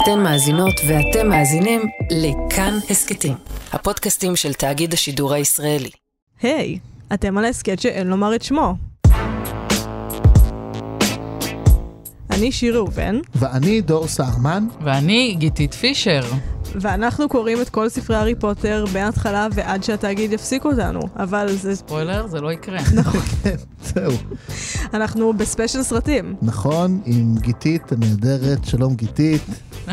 אתן מאזינות ואתם מאזינים לכאן הסקטים, הפודקאסטים של תאגיד השידור הישראלי. היי, אתם על הסקט שאין לומר את שמו. אני שיר ראובן. ואני דור סהרמן. ואני גיתית פישר. ואנחנו קוראים את כל ספרי הארי פוטר בהתחלה ועד שהתאגיד יפסיק אותנו, אבל זה... ספוילר, זה לא יקרה. נכון. כן, זהו. אנחנו בספיישל סרטים. נכון, עם גיתית הנהדרת, שלום גיתית.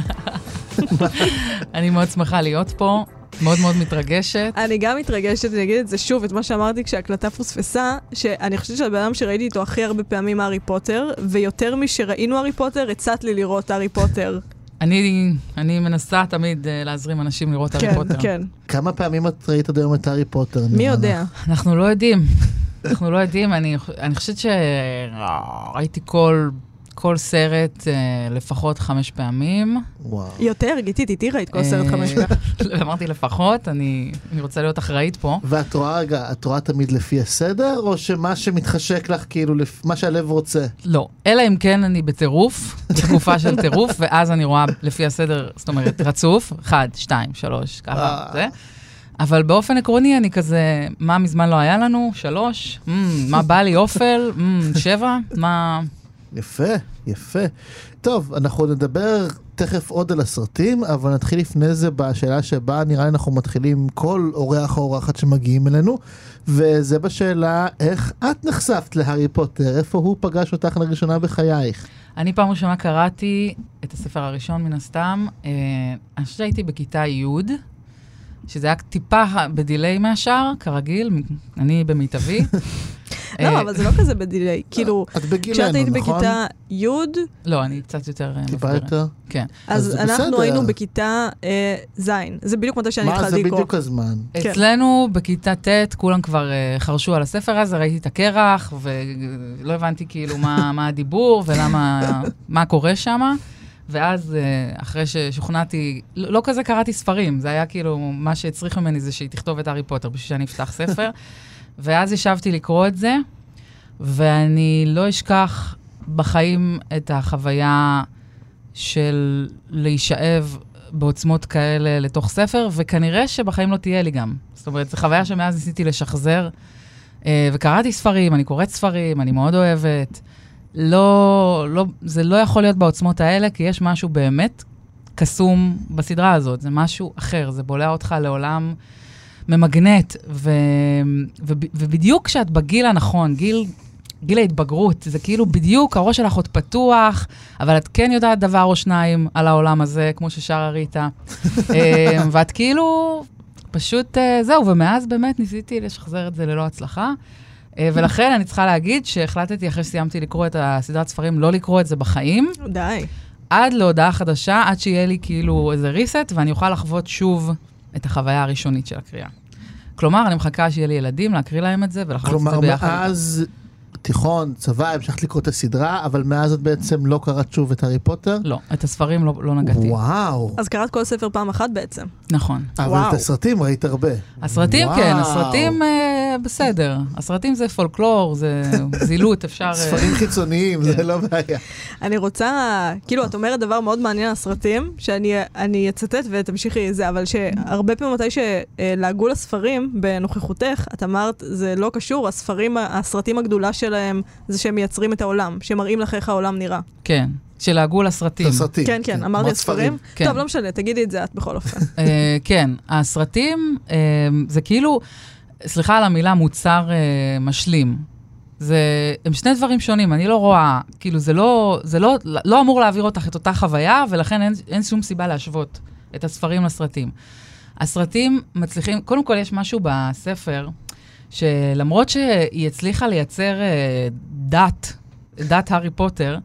אני מאוד שמחה להיות פה, מאוד מאוד מתרגשת. אני גם מתרגשת, אני אגיד את זה שוב, את מה שאמרתי כשהקלטה פוספסה, שאני חושבת שהבן אדם שראיתי איתו הכי הרבה פעמים הארי פוטר, ויותר משראינו הארי פוטר, הצעת לי לראות הארי פוטר. אני מנסה תמיד להזרים אנשים לראות הארי פוטר. כן. כמה פעמים את ראית עד היום את הארי פוטר? מי יודע? אנחנו לא יודעים. אנחנו לא יודעים. אני חושבת שראיתי כל סרט לפחות 5 פעמים. וואו. יותר, גיתית, איתי ראית כל סרט 5 פעמים. אמרתי לפחות, אני רוצה להיות אחראית פה. ואת רואה רגע, את רואה תמיד לפי הסדר, או שמה שמתחשק לך, כאילו, מה שהלב רוצה? לא, אלא אם כן אני בטירוף, בתקופה של טירוף, ואז אני רואה לפי הסדר, זאת אומרת, רצוף, 1, 2, 3, ככה, זה. אבל באופן עקרוני אני כזה, מה מזמן לא היה לנו? 3, מה בא לי אופל? 7, מה... יפה, יפה. טוב, אנחנו נדבר תכף עוד על הסרטים, אבל נתחיל לפני זה בשאלה שבה נראה לי אנחנו מתחילים כל אורח או אורחת שמגיעים אלינו, וזה בשאלה איך את נחשפת להארי פוטר, איפה הוא פגש אותך לראשונה בחייך? אני פעם ראשונה קראתי את הספר הראשון מן הסתם, אני חושבת שהייתי בכיתה י', שזה היה טיפה בדילי מהשאר, כרגיל, אני במיטבי. לא, אבל זה לא כזה בדילי. כאילו, כשאת היית בכיתה י' לא, אני קצת יותר טיפה יותר? כן. אז אנחנו היינו בכיתה ז'. זה בדיוק מתי שאני התחלתי לקרוא. מה, זה בדיוק הזמן. אצלנו בכיתה ט' כולם כבר חרשו על הספר הזה, ראיתי את הקרח, ולא הבנתי כאילו מה הדיבור ומה קורה שם. ואז אחרי ששוכנעתי, לא כזה קראתי ספרים, זה היה כאילו מה שהצריך ממני זה שהיא תכתוב את הארי פוטר בשביל שאני אפתח ספר. ואז ישבתי לקרוא את זה, ואני לא אשכח בחיים את החוויה של להישאב בעוצמות כאלה לתוך ספר, וכנראה שבחיים לא תהיה לי גם. זאת אומרת, זו חוויה שמאז ניסיתי לשחזר, וקראתי ספרים, אני קוראת ספרים, אני מאוד אוהבת. זה לא יכול להיות בעוצמות האלה, כי יש משהו באמת קסום בסדרה הזאת. זה משהו אחר, זה בולע אותך לעולם ממגנט, ובדיוק כשאת בגיל הנכון, גיל ההתבגרות, זה כאילו בדיוק, הראש שלך עוד פתוח, אבל את כן יודעת דבר או שניים על העולם הזה, כמו ששרה ריטה. ואת כאילו, פשוט זהו, ומאז באמת ניסיתי לשחזר את זה ללא הצלחה. ולכן אני צריכה להגיד שהחלטתי אחרי שסיימתי לקרוא את הסדרת ספרים, לא לקרוא את זה בחיים. די. עד להודעה חדשה, עד שיהיה לי כאילו איזה ריסט, ואני אוכל לחוות שוב את החוויה הראשונית של הקריאה. כלומר, אני מחכה שיהיה לי ילדים, להקריא להם את זה, ולחוות את זה ביחד. כלומר, מאז תיכון, צבא, המשכת לקרוא את הסדרה, אבל מאז את בעצם לא קראת שוב את הארי פוטר? לא, את הספרים לא נגעתי. וואו. אז קראת כל ספר פעם אחת בעצם. נכון. אבל את הסרטים ראית הרבה. הסרטים כן, הסרטים בסדר. הסרטים זה פולקלור, זה זילות, אפשר... ספרים חיצוניים, זה לא בעיה. אני רוצה, כאילו, את אומרת דבר מאוד מעניין על הסרטים, שאני אצטט ותמשיכי זה, אבל שהרבה פעמים מתי שלהגו לספרים בנוכחותך, את אמרת, זה לא קשור, הסרטים הגדולה שלהם, זה שהם מייצרים את העולם, שמראים לך איך העולם נראה. כן. שלהגו לסרטים. כן, כן, אמרתי הספרים. טוב, לא משנה, תגידי את זה את בכל אופן. כן, הסרטים, זה כאילו, סליחה על המילה, מוצר משלים. הם שני דברים שונים, אני לא רואה, כאילו זה לא אמור להעביר אותך את אותה חוויה, ולכן אין שום סיבה להשוות את הספרים לסרטים. הסרטים מצליחים, קודם כל יש משהו בספר, שלמרות שהיא הצליחה לייצר דת הארי פוטר,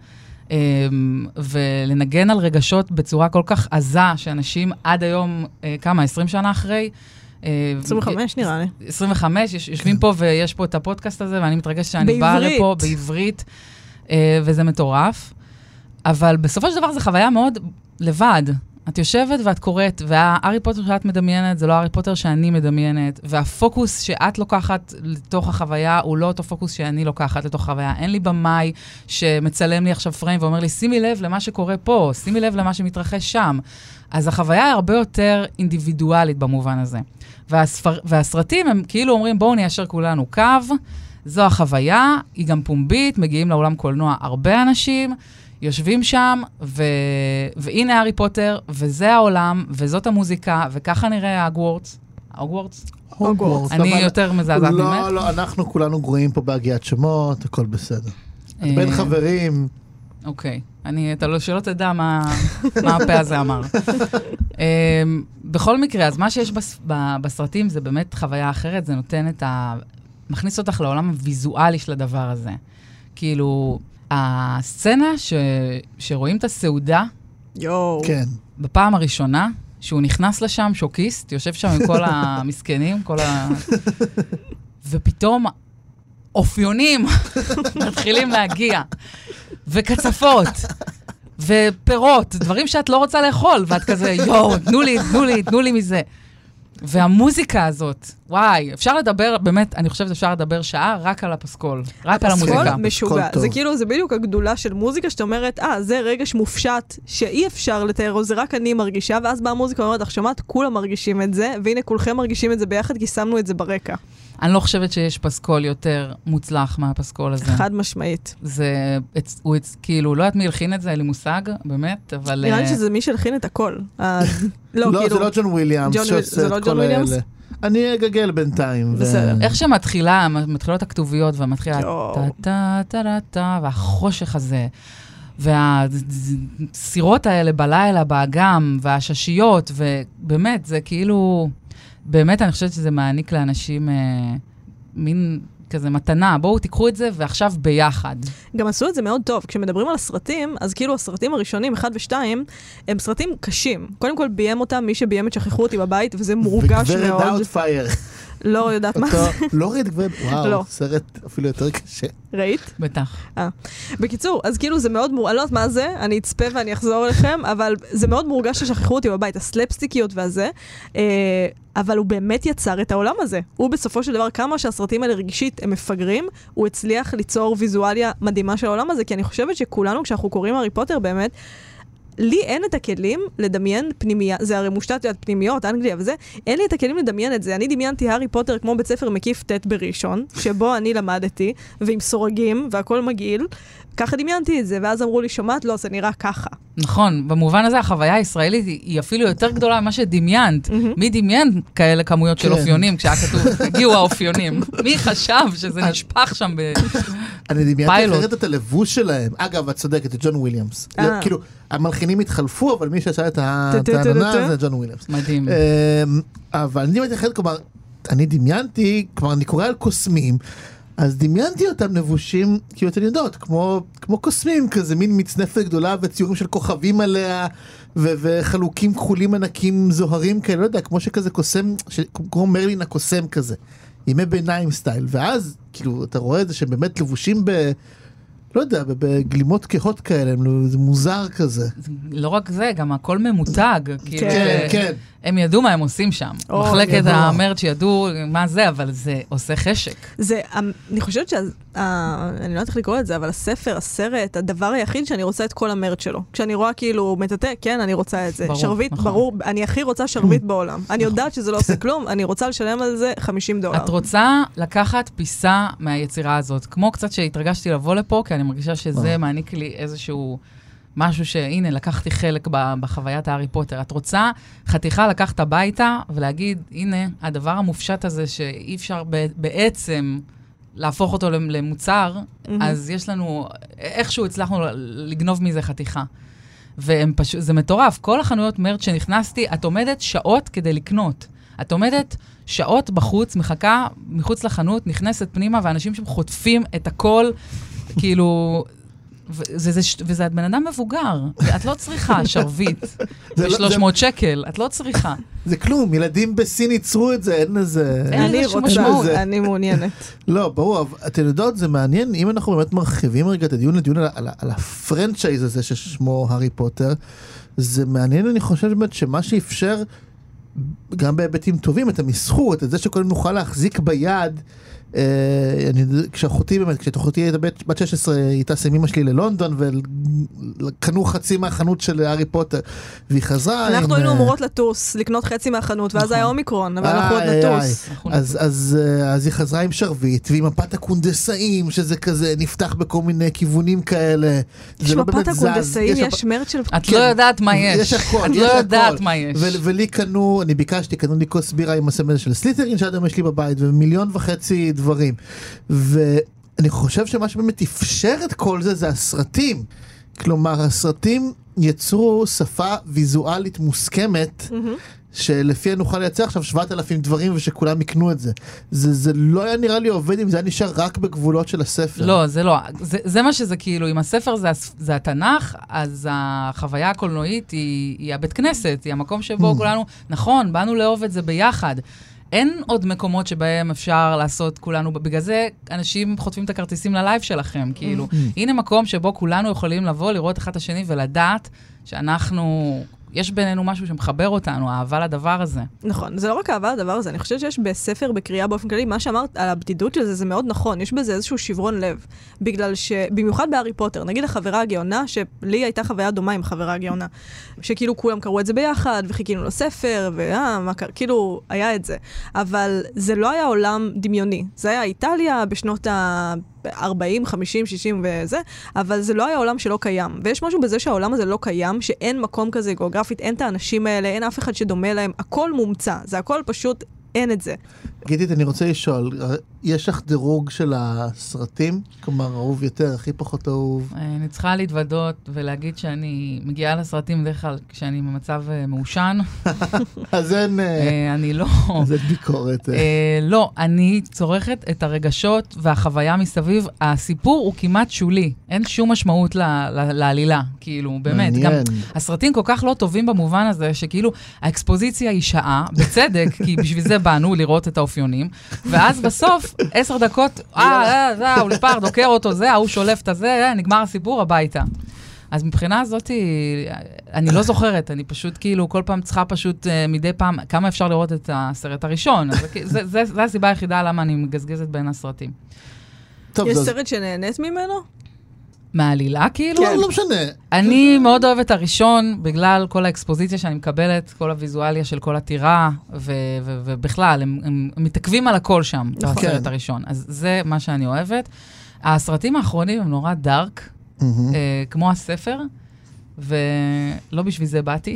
ולנגן על רגשות בצורה כל כך עזה, שאנשים עד היום, 20 שנה אחרי, 25 נראה לי. 25, יושבים פה ויש פה את הפודקאסט הזה, ואני מתרגשת שאני באה לפה בעברית, וזה מטורף. אבל בסופו של דבר זה חוויה מאוד לבד. את יושבת ואת קוראת, והארי פוטר שאת מדמיינת, זה לא הארי פוטר שאני מדמיינת, והפוקוס שאת לוקחת לתוך החוויה, הוא לא אותו פוקוס שאני לוקחת לתוך החוויה. אין לי במאי שמצלם לי עכשיו פריים ואומר לי, שימי לב למה שקורה פה, שימי לב למה שמתרחש שם. אז החוויה היא הרבה יותר אינדיבידואלית במובן הזה. והסרטים הם כאילו אומרים, בואו ניישר כולנו קו, זו החוויה, היא גם פומבית, מגיעים לאולם קולנוע הרבה אנשים, יושבים שם, והנה הארי פוטר, וזה העולם, וזאת המוזיקה, וככה נראה הגוורטס. הוגוורטס. אני יותר מזעזעת ממך. לא, אנחנו כולנו גרועים פה בהגיית שמות, הכל בסדר. את בין חברים. אוקיי. שלא תדע מה הפה הזה אמר. בכל מקרה, אז מה שיש בסרטים זה באמת חוויה אחרת, זה נותן מכניס אותך לעולם הוויזואלי של הדבר הזה. כאילו, הסצנה שרואים את הסעודה, כן. בפעם הראשונה, שהוא נכנס לשם, שוקיסט, יושב שם עם כל המסכנים, ופתאום אופיונים מתחילים להגיע, וקצפות, ופירות, דברים שאת לא רוצה לאכול, ואת כזה, יואו, תנו לי מזה. והמוזיקה הזאת, וואי, אפשר לדבר, באמת, אני חושבת שאפשר לדבר שעה רק על הפסקול, רק על המוזיקה. הפסקול משוגע. זה כאילו, זה בדיוק הגדולה של מוזיקה, שאתה אומרת, זה רגש מופשט, שאי אפשר לתאר, או זה רק אני מרגישה, ואז באה המוזיקה ואומרת, שמעת, כולם מרגישים את זה, והנה כולכם מרגישים את זה ביחד, כי שמנו את זה ברקע. אני לא חושבת שיש פסקול יותר מוצלח מהפסקול הזה. חד משמעית. הוא כאילו, לא יודעת מי הלחין את זה, אין לי מושג, באמת, אבל... נראה לי שזה מי שהלחין את הכל. לא, זה לא ג'ון וויליאמס זה לא ג'ון וויליאמס? אני אגגל בינתיים. איך שמתחילות הכתוביות, ומתחילה טה-טה-טה-טה, והחושך הזה, והסירות האלה בלילה, באגם, והששיות, ובאמת, זה כאילו... באמת, אני חושבת שזה מעניק לאנשים מין כזה מתנה. בואו תיקחו את זה, ועכשיו ביחד. גם עשו את זה מאוד טוב. כשמדברים על הסרטים, אז כאילו הסרטים הראשונים, 1 ו-2, הם סרטים קשים. קודם כל ביים אותם מי שביים את שכחו אותי בבית, וזה מורגש מאוד. וגברת דאוטפייר. לא יודעת מה זה. לא ראית גברת, וואו, סרט אפילו יותר קשה. ראית? בטח. בקיצור, אז כאילו זה מאוד אני לא יודעת מה זה, אני אצפה ואני אחזור אליכם, אבל זה מאוד מורגש ששכחו אותי בבית, הסלפסטיקיות והזה, אבל הוא באמת יצר את העולם הזה. הוא בסופו של דבר, כמה שהסרטים האלה רגשית הם מפגרים, הוא הצליח ליצור ויזואליה מדהימה של העולם הזה, כי אני חושבת שכולנו, כשאנחנו קוראים הארי פוטר באמת, לי אין את הכלים לדמיין פנימיה, זה הרי מושתת ליד פנימיות, אנגליה וזה, אין לי את הכלים לדמיין את זה. אני דמיינתי הארי פוטר כמו בית ספר מקיף ט' בראשון, שבו אני למדתי, ועם סורגים, והכל מגעיל, ככה דמיינתי את זה, ואז אמרו לי, שומעת? לא, זה נראה ככה. נכון, במובן הזה החוויה הישראלית היא אפילו יותר גדולה ממה שדמיינת. מי דמיין כאלה כמויות של אופיונים, כשהיה כתוב, הגיעו האופיונים? מי חשב שזה נשפך שם בפיילוט? אני דמיינתי אחרת את הלבוש שלהם. אגב, את צודקת, את ג'ון וויליאמס. כאילו, המלחינים התחלפו, אבל מי שעשה את העננה זה ג'ון וויליאמס. מדהים. אבל אני דמיינתי אחרת, כלומר, אני דמיינתי, כלומר, אני קורא על קוסמים, אז דמיינתי אותם נבושים, כאילו אתן יודעות, כמו קוסמים, כזה מין מצנפת גדולה וציורים של כוכבים עליה, וחלוקים כחולים ענקים זוהרים כאלה, לא יודע, כמו שכזה קוסם, כמו מרלין הקוסם כזה, ימי ביניים סטייל, ואז כאילו אתה רואה את זה שהם באמת לבושים לא יודע, בגלימות כהות כאלה, זה מוזר כזה. לא רק זה, גם הכל ממותג. כן, כן. הם ידעו מה הם עושים שם. מחלקת המרץ' ידעו מה זה, אבל זה עושה חשק. אני חושבת אני לא יודעת איך לקרוא את זה, אבל הספר, הסרט, הדבר היחיד שאני רוצה את כל המרץ' שלו. כשאני רואה כאילו מטאטא, כן, אני רוצה את זה. שרביט, ברור, אני הכי רוצה שרביט בעולם. אני יודעת שזה לא עושה כלום, אני רוצה לשלם על זה $50. את רוצה לקחת פיסה מהיצירה הזאת, כמו קצת שהתרגשתי לבוא לפה, כי אני מרגישה שזה מעניק לי איזשהו משהו שהנה, לקחתי חלק בחוויית הארי פוטר. את רוצה חתיכה לקחת הביתה ולהגיד, הנה, הדבר המופשט הזה שאי אפשר בעצם להפוך אותו למוצר, אז יש לנו, איכשהו הצלחנו לגנוב מזה חתיכה. זה מטורף. כל החנויות מרץ שנכנסתי, את עומדת שעות כדי לקנות. את עומדת שעות בחוץ, מחכה מחוץ לחנות, נכנסת פנימה, ואנשים שם חוטפים את הכל, כאילו... וזה בן אדם מבוגר. את לא צריכה שרבית ב-300 שקל, את לא צריכה. זה כלום, ילדים בסין ייצרו את זה, אין לזה... אני רוצה, אני מעוניינת. לא, ברור, אבל אתם יודעות, זה מעניין, אם אנחנו באמת מרחיבים רגע את הדיון לדיון על הפרנצ'ייז הזה ששמו הארי פוטר, זה מעניין, אני חושב באמת שמה שאפשר, גם בהיבטים טובים, את המסחור, את זה שקודם נוכל להחזיק ביד, כשאחותי באמת, כשאחותי הייתה בת 16, היא טסה עם אמא שלי ללונדון, וקנו חצי מהחנות של הארי פוטר, והיא חזרה... אנחנו היינו אמורות לטוס, לקנות חצי מהחנות, ואז היה אומיקרון, אבל אנחנו עוד נטוס. אז היא חזרה עם שרבית, ועם מפת הקונדסאים, שזה כזה נפתח בכל מיני כיוונים כאלה. יש מפת הקונדסאים, יש מרץ של... את לא יודעת מה יש. יש הכל. את לא יודעת מה יש. ולי קנו, אני ביקשתי, קנו לי כוס בירה עם הסמל של סלית'רין, שעד יש לי בבית, ו1.5 דברים. ואני חושב שמה שבאמת אפשר את כל זה, זה הסרטים. כלומר, הסרטים יצרו שפה ויזואלית מוסכמת, שלפי נוכל לייצר עכשיו 7,000 דברים ושכולם יקנו את זה. זה לא היה נראה לי עובד אם זה היה נשאר רק בגבולות של הספר. לא, זה לא. זה מה שזה כאילו, אם הספר זה התנ"ך, אז החוויה הקולנועית היא הבית כנסת, היא המקום שבו כולנו, נכון, באנו לאהוב את זה ביחד. אין עוד מקומות שבהם אפשר לעשות כולנו, בגלל זה אנשים חוטפים את הכרטיסים ללייב שלכם, כאילו. הנה מקום שבו כולנו יכולים לבוא, לראות אחד את השני ולדעת שאנחנו... יש בינינו משהו שמחבר אותנו, אהבה לדבר הזה. נכון, זה לא רק אהבה לדבר הזה, אני חושבת שיש בספר, בקריאה באופן כללי, מה שאמרת על הבדידות של זה, זה מאוד נכון, יש בזה איזשהו שברון לב, בגלל שבמיוחד בהארי פוטר, נגיד החברה הגאונה, שלי הייתה חוויה דומה עם החברה הגאונה, שכאילו כולם קראו את זה ביחד, וחיכינו לספר, כאילו היה את זה, אבל זה לא היה עולם דמיוני, זה היה איטליה בשנות 40, 50, 60 וזה, אבל זה לא היה עולם שלא קיים. ויש משהו בזה שהעולם הזה לא קיים, שאין מקום כזה גיאוגרפית, אין את האנשים האלה, אין אף אחד שדומה להם, הכל מומצא, זה הכל פשוט, אין את זה. גידית, אני רוצה לשאול, יש לך דירוג של הסרטים? כלומר, אהוב יותר, הכי פחות אהוב? אני צריכה להתוודות ולהגיד שאני מגיעה לסרטים בדרך כלל כשאני במצב מעושן. אז אין... אני לא... אז אין ביקורת. לא, אני צורכת את הרגשות והחוויה מסביב. הסיפור הוא כמעט שולי. אין שום משמעות לעלילה, כאילו, באמת. גם הסרטים כל כך לא טובים במובן הזה, שכאילו האקספוזיציה היא שעה, בצדק, כי בשביל זה באנו לראות את האופיונים, ואז בסוף, 10 דקות, הוא לפר, דוקר אותו, זה, הוא שולף את זה, נגמר הסיפור הביתה. אז מבחינה הזאת, אני לא זוכרת, אני פשוט כאילו, כל פעם צריכה פשוט מדי פעם, כמה אפשר לראות את הסרט הראשון. זה הסיבה היחידה למה אני מגזגזת בין הסרטים. יש סרט שנהנית ממנו? מהעלילה, כאילו? כן, לא משנה. אני מאוד אוהבת הראשון, בגלל כל האקספוזיציה שאני מקבלת, כל הוויזואליה של כל הטירה, ובכלל, הם מתעכבים על הכל שם, בסרט הראשון. אז זה מה שאני אוהבת. הסרטים האחרונים הם נורא דארק, כמו הספר, ולא בשביל זה באתי.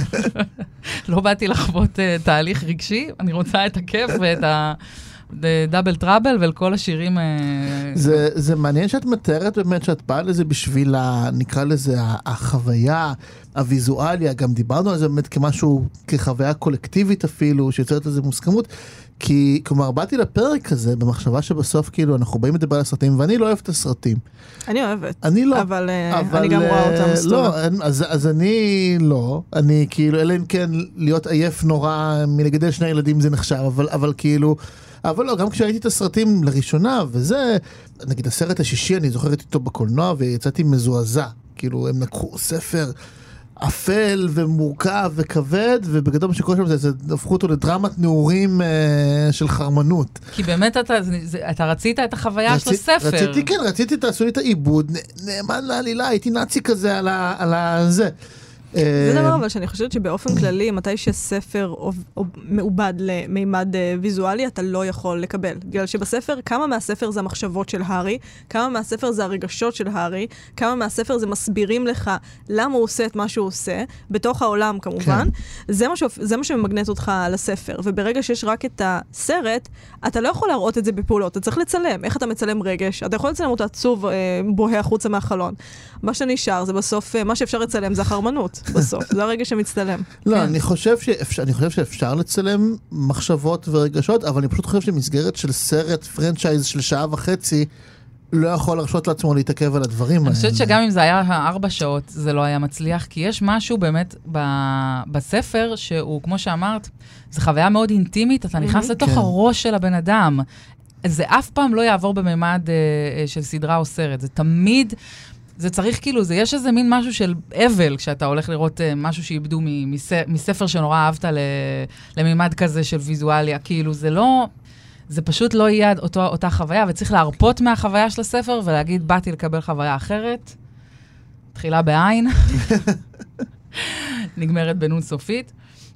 לא באתי לחוות תהליך רגשי, אני רוצה את הכיף ואת דאבל טראבל ולכל השירים... זה מעניין שאת מתארת באמת שאת באה לזה בשביל, נקרא לזה, החוויה, הוויזואליה, גם דיברנו על זה באמת כמשהו, כחוויה קולקטיבית אפילו, שיוצרת לזה מוסכמות, כי, כלומר, באתי לפרק הזה במחשבה שבסוף, כאילו, אנחנו באים לדבר על הסרטים, ואני לא אוהבת את הסרטים. אני אוהבת. אני לא. אבל אני גם רואה אותם סטורה. לא, אז אני לא. אני כאילו, אלא אם כן להיות עייף נורא מלגדל 2 ילדים זה נחשב, אבל כאילו... אבל לא, גם כשראיתי את הסרטים לראשונה, וזה, נגיד הסרט השישי, אני זוכרת איתו בקולנוע, ויצאתי מזועזע. כאילו, הם לקחו ספר אפל ומורכב וכבד, ובגדול מה שקורה שם זה הפכו אותו לדרמת נעורים של חרמנות. כי באמת אתה רצית את החוויה של הספר. רציתי, תעשו לי את העיבוד, נאמן לעלילה, הייתי נאצי כזה על זה. זה דבר אבל שאני חושבת שבאופן כללי, מתי שספר מעובד למימד ויזואלי, אתה לא יכול לקבל. בגלל שבספר, כמה מהספר זה המחשבות של הארי, כמה מהספר זה הרגשות של הארי, כמה מהספר זה מסבירים לך למה הוא עושה את מה שהוא עושה, בתוך העולם כמובן. זה מה שממגנט אותך לספר. וברגע שיש רק את הסרט, אתה לא יכול להראות את זה בפעולות, אתה צריך לצלם. איך אתה מצלם רגש? אתה יכול לצלם אותו עצוב בוהה החוצה מהחלון. מה שנשאר זה בסוף, מה שאפשר לצלם זה החרמנות. בסוף, זה הרגע שמצטלם. לא, אני חושב שאפשר לצלם מחשבות ורגשות, אבל אני פשוט חושב שמסגרת של סרט פרנצ'ייז של 1.5 שעה, לא יכול לרשות לעצמו להתעכב על הדברים האלה. אני חושבת שגם אם זה היה 4 שעות, זה לא היה מצליח, כי יש משהו באמת בספר, שהוא, כמו שאמרת, זו חוויה מאוד אינטימית, אתה נכנס לתוך הראש של הבן אדם. זה אף פעם לא יעבור בממד של סדרה או סרט. זה תמיד, זה צריך כאילו, יש איזה מין משהו של אבל, כשאתה הולך לראות משהו שאיבדו מספר שנורא אהבת לממד כזה של ויזואליה. כאילו, זה פשוט לא יהיה אותה חוויה, וצריך להרפות מהחוויה של הספר, ולהגיד, באתי לקבל חוויה אחרת, תחילה בעין, נגמרת בנון סופית,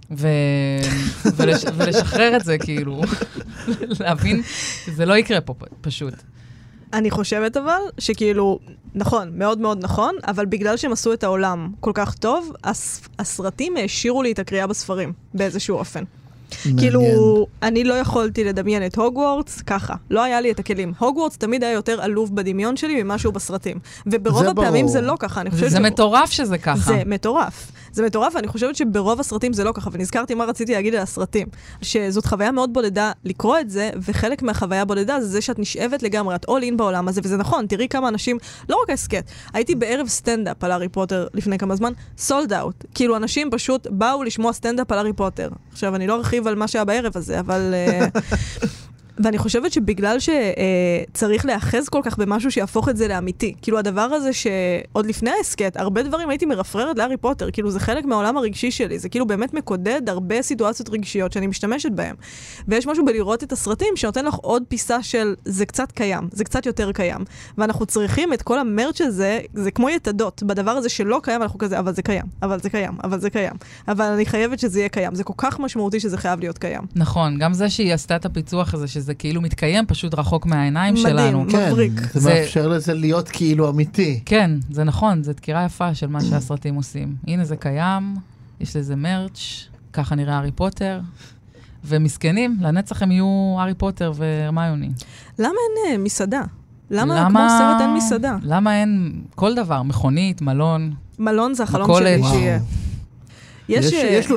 ולשחרר את זה, כאילו, להבין שזה לא יקרה פה פשוט. אני חושבת אבל שכאילו, נכון, מאוד מאוד נכון, אבל בגלל שהם עשו את העולם כל כך טוב, הסרטים העשירו לי את הקריאה בספרים, באיזשהו אופן. כאילו, אני לא יכולתי לדמיין את הוגוורטס ככה. לא היה לי את הכלים. הוגוורטס תמיד היה יותר עלוב בדמיון שלי ממשהו בסרטים. וברוב הפעמים זה לא ככה. זה מטורף שזה ככה. זה מטורף. זה מטורף, ואני חושבת שברוב הסרטים זה לא ככה. ונזכרתי מה רציתי להגיד על הסרטים. שזאת חוויה מאוד בודדה לקרוא את זה, וחלק מהחוויה הבודדה זה שאת נשאבת לגמרי, את all in בעולם הזה, וזה נכון. תראי כמה אנשים, לא רק הסקט. הייתי בערב סטנדאפ על הארי פוטר לפני כמה זמן, sold out. כאילו, אנשים פשוט באו לשמוע סטנדאפ על הארי פוטר. עכשיו, אני לא ארחיב על מה שהיה בערב הזה, אבל... ואני חושבת שבגלל שצריך להאחז כל כך במשהו שיהפוך את זה לאמיתי. כאילו הדבר הזה שעוד לפני העסקת, הרבה דברים הייתי מרפררת להארי פוטר, כאילו זה חלק מהעולם הרגשי שלי, זה כאילו באמת מקודד הרבה סיטואציות רגשיות שאני משתמשת בהן. ויש משהו בלראות את הסרטים שנותן לך עוד פיסה של זה קצת קיים, זה קצת יותר קיים. ואנחנו צריכים את כל המרץ' הזה, זה כמו יתדות, בדבר הזה שלא קיים, אנחנו כזה, אבל זה קיים, אבל זה קיים, אבל זה קיים. אבל אני חייבת שזה יהיה קיים. זה כל כך משמעותי שזה חייב להיות קיים. נכון, גם זה שהיא עשתה את הפיצוח הזה, שזה כאילו מתקיים פשוט רחוק מהעיניים שלנו. מדהים, מבריק. כן, זה מאפשר לזה להיות כאילו אמיתי. כן, זה נכון, זה דקירה יפה של מה שהסרטים עושים. הנה זה קיים, יש לזה מרץ', ככה נראה הארי פוטר, ומסכנים, לנצח הם יהיו הארי פוטר והרמיוני. למה אין מסעדה? למה כמו סרט אין מסעדה? למה אין כל דבר, מכונית, מלון? מלון זה החלום שלי שיהיה. יש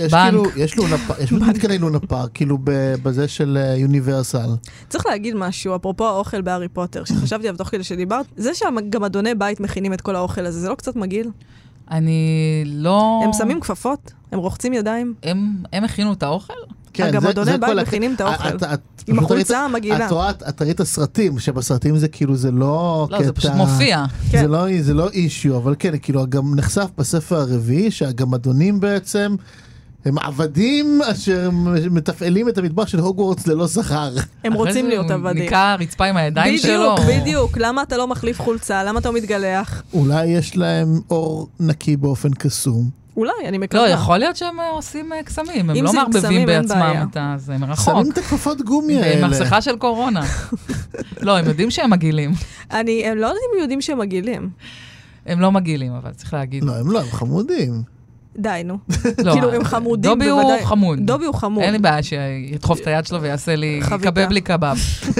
מתקני לונה פארק, כאילו בזה של יוניברסל. צריך להגיד משהו, אפרופו האוכל בהארי פוטר, שחשבתי עליו תוך כדי שדיברת, זה שהגמדוני בית מכינים את כל האוכל הזה, זה לא קצת מגעיל? אני לא... הם שמים כפפות? הם רוחצים ידיים? הם הכינו את האוכל? הגמדוני בית מכינים את האוכל. עם החולצה המגעילה. את ראית הסרטים, שבסרטים זה כאילו, זה לא... לא, זה פשוט מופיע. זה לא אישיו, אבל כן, כאילו, גם נחשף בספר הרביעי, שהגמדונים בעצם, הם עבדים אשר מתפעלים את המטבח של הוגוורטס ללא שכר. הם רוצים להיות עבדים. ניקה רצפה עם הידיים שלו. בדיוק. למה אתה לא מחליף חולצה? למה אתה מתגלח? אולי יש להם אור נקי באופן קסום. אולי, אני מקווה. לא, יכול להיות שהם עושים קסמים, הם לא מערבבים בעצמם את זה מרחוק. שמים את הכפפות גומי האלה. במסכה של קורונה. לא, הם יודעים שהם מגעילים. הם לא יודעים שהם מגעילים. הם לא מגעילים, אבל צריך להגיד. לא, הם חמודים. די, נו. כאילו, הם חמודים בוודאי. דובי הוא חמוד. דובי הוא חמוד. אין לי בעיה שידחוף את היד שלו ויעשה לי, יקבב לי קבב.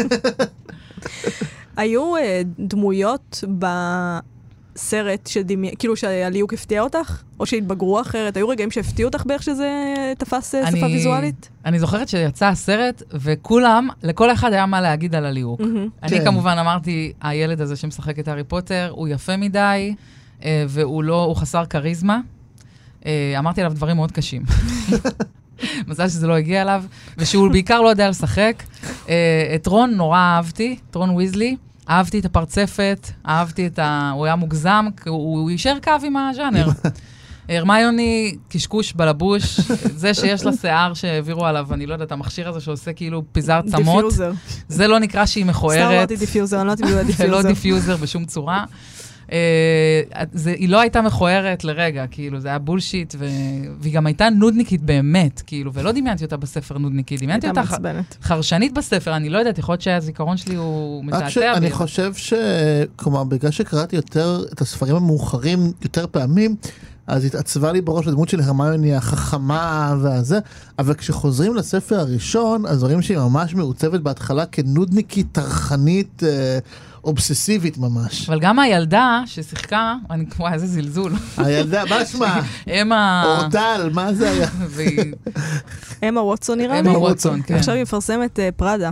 היו דמויות סרט כאילו שהליהוק הפתיע אותך, או שהתבגרו אחרת? היו רגעים שהפתיעו אותך באיך שזה תפס שפה ויזואלית? אני זוכרת שיצא הסרט, וכולם, לכל אחד היה מה להגיד על הליהוק. אני כמובן אמרתי, הילד הזה שמשחק את הארי פוטר, הוא יפה מדי, והוא חסר קריזמה. אמרתי עליו דברים מאוד קשים. מזל שזה לא הגיע אליו, ושהוא בעיקר לא יודע לשחק. את רון נורא אהבתי, את רון ויזלי. אהבתי את הפרצפת, אהבתי הוא היה מוגזם, הוא יישר קו עם הז'אנר. הרמיוני, קשקוש בלבוש, זה שיש לה שיער שהעבירו עליו, אני לא יודעת, המכשיר הזה שעושה כאילו פיזר צמות. דיפיוזר. זה לא נקרא שהיא מכוערת. סתם אמרתי דיפיוזר, אני לא יודעת אם זה דיפיוזר. זה לא דיפיוזר בשום צורה. היא לא הייתה מכוערת לרגע, כאילו, זה היה בולשיט, והיא גם הייתה נודניקית באמת, כאילו, ולא דמיינתי אותה בספר נודניקית, דמיינתי אותה חרשנית בספר, אני לא יודעת, יכול להיות שהזיכרון שלי הוא מתעתע. אני חושב כלומר, בגלל שקראתי יותר את הספרים המאוחרים יותר פעמים, אז התעצבה לי בראש הדמות של הרמיוני החכמה והזה, אבל כשחוזרים לספר הראשון, אז רואים שהיא ממש מעוצבת בהתחלה כנודניקית, טרחנית, אובססיבית ממש. אבל גם הילדה ששיחקה, אני כמו איזה זלזול. הילדה, מה שמה? אורטל, מה זה היה? אמה ווטסון נראה לי? אמה ווטסון, כן. עכשיו היא מפרסמת פראדה.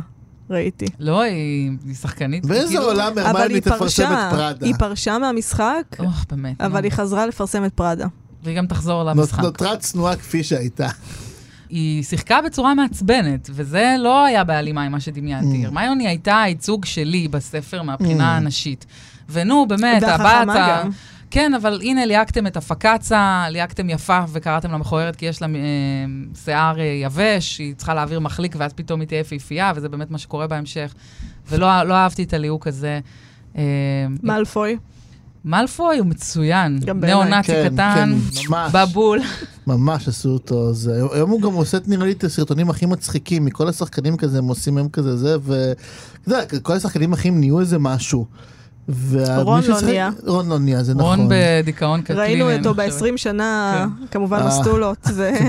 ראיתי. לא, היא שחקנית. באיזה עולם הרמיוני תפרסם את פראדה? היא פרשה מהמשחק, באמת. אבל היא חזרה לפרסם את פראדה. והיא גם תחזור למשחק. נותרה צנועה כפי שהייתה. היא שיחקה בצורה מעצבנת, וזה לא היה בהלימה עם מה שדמיינתי. הרמיוני הייתה הייצוג שלי בספר מהבחינה הנשית. ונו, באמת, והחכמה גם. כן, אבל הנה, ליהקתם את הפקצה, ליהקתם יפה וקראתם לה מכוערת, כי יש לה שיער יבש, היא צריכה להעביר מחליק, ואז פתאום היא תהיה יפהפייה, וזה באמת מה שקורה בהמשך. ולא אהבתי את הליהוק הזה. מאלפוי. מאלפוי הוא מצוין. גם בעיניי. נאו-נאצי קטן, בבול. ממש עשו אותו. היום הוא גם עושה, נראה לי, את הסרטונים הכי מצחיקים, מכל השחקנים כזה, הם עושים הם כזה זה, כל השחקנים הכי נהיו איזה משהו. רון לא נהיה. רון לא נהיה, זה נכון. רון בדיכאון קטליני. ראינו אותו ב-20 שנה, כמובן מסטולות.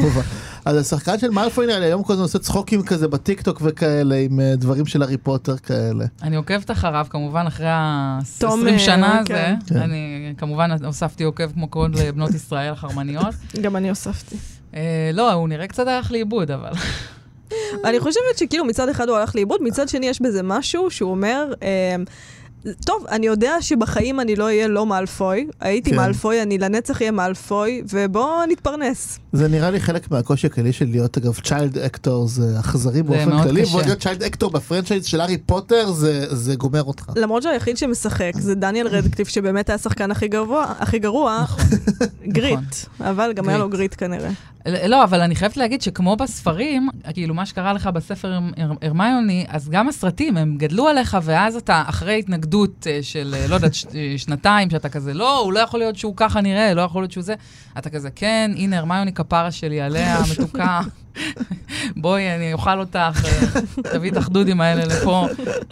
אז השחקן של מאלפוי נראה לי, היום כל הזמן עושה צחוקים כזה בטיקטוק וכאלה, עם דברים של הארי פוטר כאלה. אני עוקבת אחריו, כמובן, אחרי ה-20 שנה הזה. אני כמובן הוספתי עוקב כמו כל בנות ישראל החרמניות. גם אני הוספתי. לא, הוא נראה קצת הלך לאיבוד, אבל... אני חושבת שכאילו מצד אחד הוא הלך לאיבוד, מצד שני יש בזה משהו שהוא אומר... טוב, אני יודע שבחיים אני לא אהיה לא מאלפוי, הייתי מאלפוי, אני לנצח אהיה מאלפוי, ובואו נתפרנס. זה נראה לי חלק מהקושי הכללי של להיות, אגב, צ'יילד אקטור זה אכזרי באופן כללי, ועוד להיות צ'יילד אקטור בפרנצ'ייז של הארי פוטר, זה גומר אותך. למרות שהיחיד שמשחק, זה דניאל רדקליף, שבאמת היה השחקן הכי גרוע, גריט, אבל גם היה לו גריט כנראה. לא, אבל אני חייבת להגיד שכמו בספרים, כאילו מה שקרה לך בספר הרמיוני, אז גם הסרטים, הם גדלו עליך, ואז אתה אחרי התנגדות של, לא יודעת, שנתיים, שאתה כזה, לא, הוא לא יכול להיות שהוא ככה נראה, לא יכול להיות שהוא זה. אתה כזה, כן, הנה, הרמיוני כפרה שלי עליה, מתוקה. בואי, אני אוכל אותך, תביא את החדודים האלה לפה,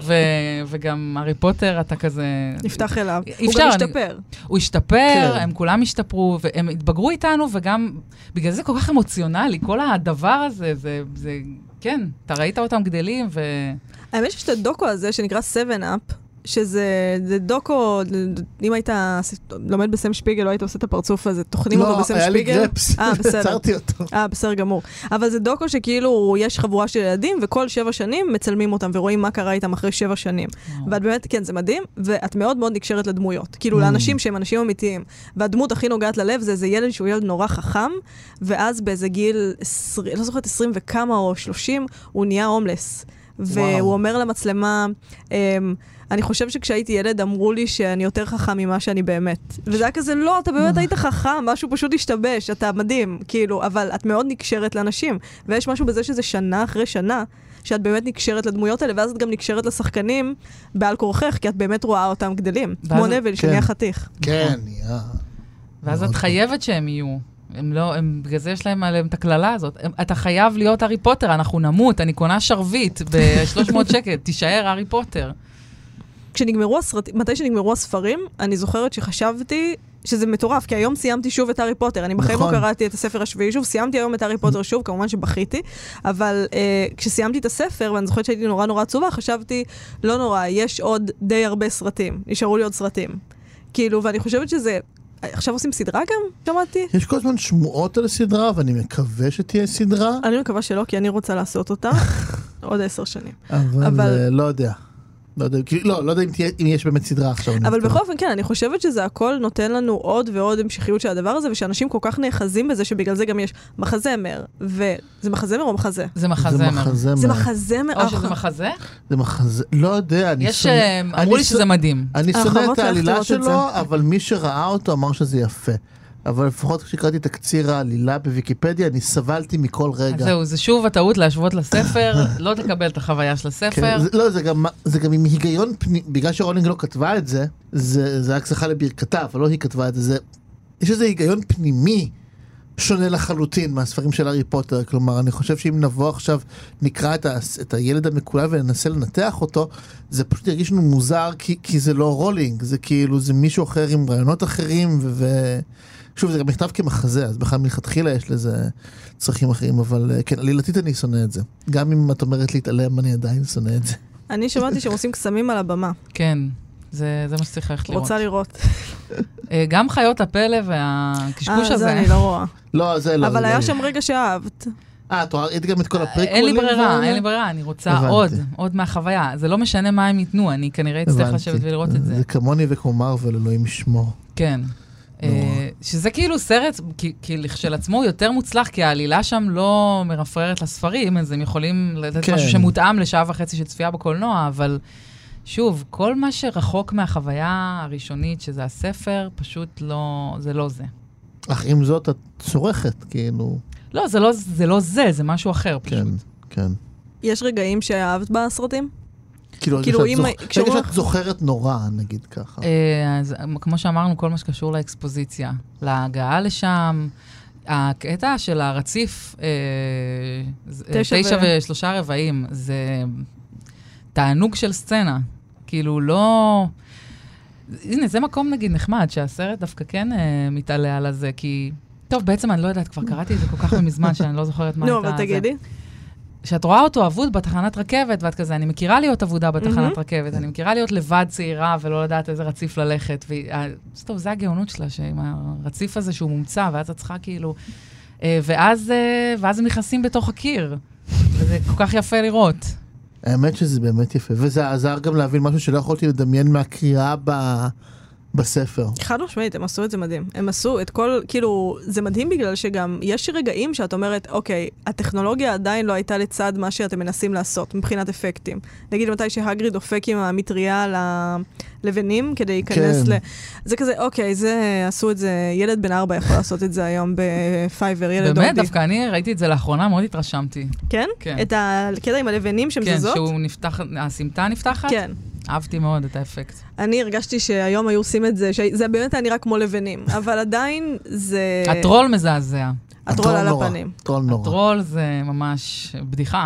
וגם הארי פוטר, אתה כזה... נפתח אליו. הוא גם השתפר. הוא השתפר, הם כולם השתפרו, והם התבגרו איתנו, וגם בגלל זה כל כך אמוציונלי, כל הדבר הזה, זה כן, אתה ראית אותם גדלים, האמת שיש את הדוקו הזה שנקרא 7-Up, שזה דוקו, אם היית לומד בסם שפיגל, לא היית עושה את הפרצוף הזה, תוכנים אותו בסם שפיגל. לא, היה לי גרפס, עצרתי אותו. בסדר גמור. אבל זה דוקו שכאילו יש חבורה של ילדים, וכל 7 שנים מצלמים אותם, ורואים מה קרה איתם אחרי 7 שנים. ואת באמת, כן, זה מדהים, ואת מאוד מאוד נקשרת לדמויות. כאילו, לאנשים שהם אנשים אמיתיים. והדמות הכי נוגעת ללב זה ילד שהוא ילד נורא חכם, ואז באיזה גיל, לא זוכרת 20 וכמה או 30, הוא נהיה הומלס. והוא אומר למצלמה, אני חושב שכשהייתי ילד אמרו לי שאני יותר חכם ממה שאני באמת. וזה היה כזה, לא, אתה באמת היית חכם, משהו פשוט השתבש, אתה מדהים, כאילו, אבל את מאוד נקשרת לאנשים. ויש משהו בזה שזה שנה אחרי שנה, שאת באמת נקשרת לדמויות האלה, ואז את גם נקשרת לשחקנים בעל כורכך, כי את באמת רואה אותם גדלים. כמו נבל, שנהיה חתיך. כן, ואז את חייבת שהם יהיו. בגלל זה יש להם עליהם את הכללה הזאת. אתה חייב להיות הארי פוטר, אנחנו נמות, אני קונה שרבית ב-300 שקל, תישאר הארי פוטר. מתי שנגמרו הספרים, אני זוכרת שחשבתי שזה מטורף, כי היום סיימתי שוב את הארי פוטר. אני בחיים לא קראתי את הספר השביעי שוב, סיימתי היום את הארי פוטר שוב, כמובן שבכיתי, אבל כשסיימתי את הספר, ואני זוכרת שהייתי נורא נורא עצובה, חשבתי, לא נורא, יש עוד די הרבה סרטים, נשארו לי עוד סרטים. כאילו, ואני חושבת שזה... עכשיו עושים סדרה גם? שמעתי? יש כל הזמן שמועות על הסדרה, ואני מקווה שתהיה סדרה. אני מקווה שלא, כי אני רוצה לעשות אותה עוד 10 שנים. אבל לא יודע. לא יודע אם יש באמת סדרה עכשיו. אבל בכל אופן, כן, אני חושבת שזה הכל נותן לנו עוד ועוד המשכיות של הדבר הזה, ושאנשים כל כך נאחזים בזה, שבגלל זה גם יש מחזמר, וזה מחזמר או מחזה? זה מחזמר. זה מחזמר. או שזה מחזה? זה מחזה, לא יודע. אמרו לי שזה מדהים. אני שונא את העלילה שלו, אבל מי שראה אותו אמר שזה יפה. אבל לפחות כשקראתי את תקציר העלילה בוויקיפדיה, אני סבלתי מכל רגע. זהו, זה שוב הטעות להשוות לספר, לא תקבל את החוויה של הספר. לא, זה גם עם היגיון פנימי, בגלל שרולינג לא כתבה את זה, זה רק זכה לברכתה, אבל לא היא כתבה את זה. יש איזה היגיון פנימי שונה לחלוטין מהספרים של הארי פוטר, כלומר, אני חושב שאם נבוא עכשיו, נקרא את הילד המקולל וננסה לנתח אותו, זה פשוט ירגיש לנו מוזר, כי זה לא רולינג, זה כאילו, זה מישהו אחר עם רעיונות אחרים, שוב, זה גם נכתב כמחזה, אז בכלל מלכתחילה יש לזה צרכים אחרים, אבל כן, עלילתית אני שונא את זה. גם אם את אומרת להתעלם, אני עדיין שונא את זה. אני שמעתי שהם עושים קסמים על הבמה. כן, זה מה שצריך ללכת לראות. רוצה לראות. גם חיות הפלא והקשקוש הזה. זה אני לא רואה. לא, זה לא. אבל היה שם רגע שאהבת. את רואה, ראית גם את כל הפריקולים? אין לי ברירה, אני רוצה עוד מהחוויה. זה לא משנה מה הם ייתנו, אני כנראה אצטרך לשבת ולראות את זה. זה כמוני וכמו מרוול, אלוהים ישמור. כן. שזה כאילו סרט, של עצמו הוא יותר מוצלח, כי העלילה שם לא מרפררת לספרים, אז הם יכולים לתת משהו שמותאם לשעה וחצי של צפייה בקולנוע, אבל שוב, כל מה שרחוק מהחוויה הראשונית, שזה הספר, פשוט לא, זה לא זה. אך עם זאת, את צורכת, כאילו... לא, זה לא זה, זה משהו אחר פשוט. כן, כן. יש רגעים שאהבת בסרטים? כאילו, שאת זוכרת נורא, נגיד ככה. אז כמו שאמרנו, כל מה שקשור לאקספוזיציה, להגעה לשם, הקטע של הרציף, 9 ו3/4, זה תענוג של סצנה. כאילו לא... הנה, זה מקום נגיד נחמד, שהסרט דווקא כן מתעלה על זה, כי... טוב, בעצם אני לא יודעת, כבר קראתי את זה כל כך מזמן, שאני לא זוכרת מה הייתה... נו, אבל תגידי. שאת רואה אותו אבוד בתחנת רכבת, ואת כזה, אני מכירה להיות אבודה בתחנת רכבת, אני מכירה להיות לבד צעירה, ולא לדעת איזה רציף ללכת. טוב, זה הגאונות שלה, עם הרציף הזה שהוא מומצא, ואז את צריכה כאילו... ואז הם נכנסים בתוך הקיר. וזה כל כך יפה לראות. האמת שזה באמת יפה, וזה עזר גם להבין משהו שלא יכולתי לדמיין מהקריאה בספר. חד משמעית, הם עשו את זה מדהים. הם עשו את כל, כאילו, זה מדהים בגלל שגם יש רגעים שאת אומרת, אוקיי, הטכנולוגיה עדיין לא הייתה לצד מה שאתם מנסים לעשות, מבחינת אפקטים. נגיד מתי שהגריד דופק עם המטריה ללבנים, כדי להיכנס זה כזה, אוקיי, זה, עשו את זה, ילד בן 4 יכול לעשות את זה היום בפייבר, ילד אודי. באמת, דווקא אני ראיתי את זה לאחרונה, מאוד התרשמתי. כן? את הקטע עם הלבנים שמזזות? כן, שהוא נפתח, הסמטה נפתחת? כן. אהבתי מאוד את האפקט. אני הרגשתי שהיום היו עושים את זה, זה באמת היה נראה כמו לבנים, אבל עדיין זה... הטרול מזעזע. הטרול על הפנים. הטרול זה ממש בדיחה.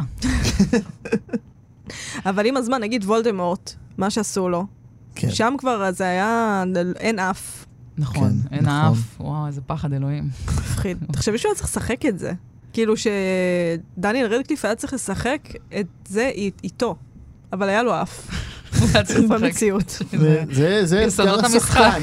אבל עם הזמן, נגיד וולדמורט, מה שעשו לו, שם כבר זה היה, אין אף. נכון, אין אף. וואו, איזה פחד אלוהים. מפחיד. תחשבי שהוא היה צריך לשחק את זה. כאילו שדניאל רדקליף היה צריך לשחק את זה איתו. אבל היה לו אף. במציאות. זה סודות המשחק.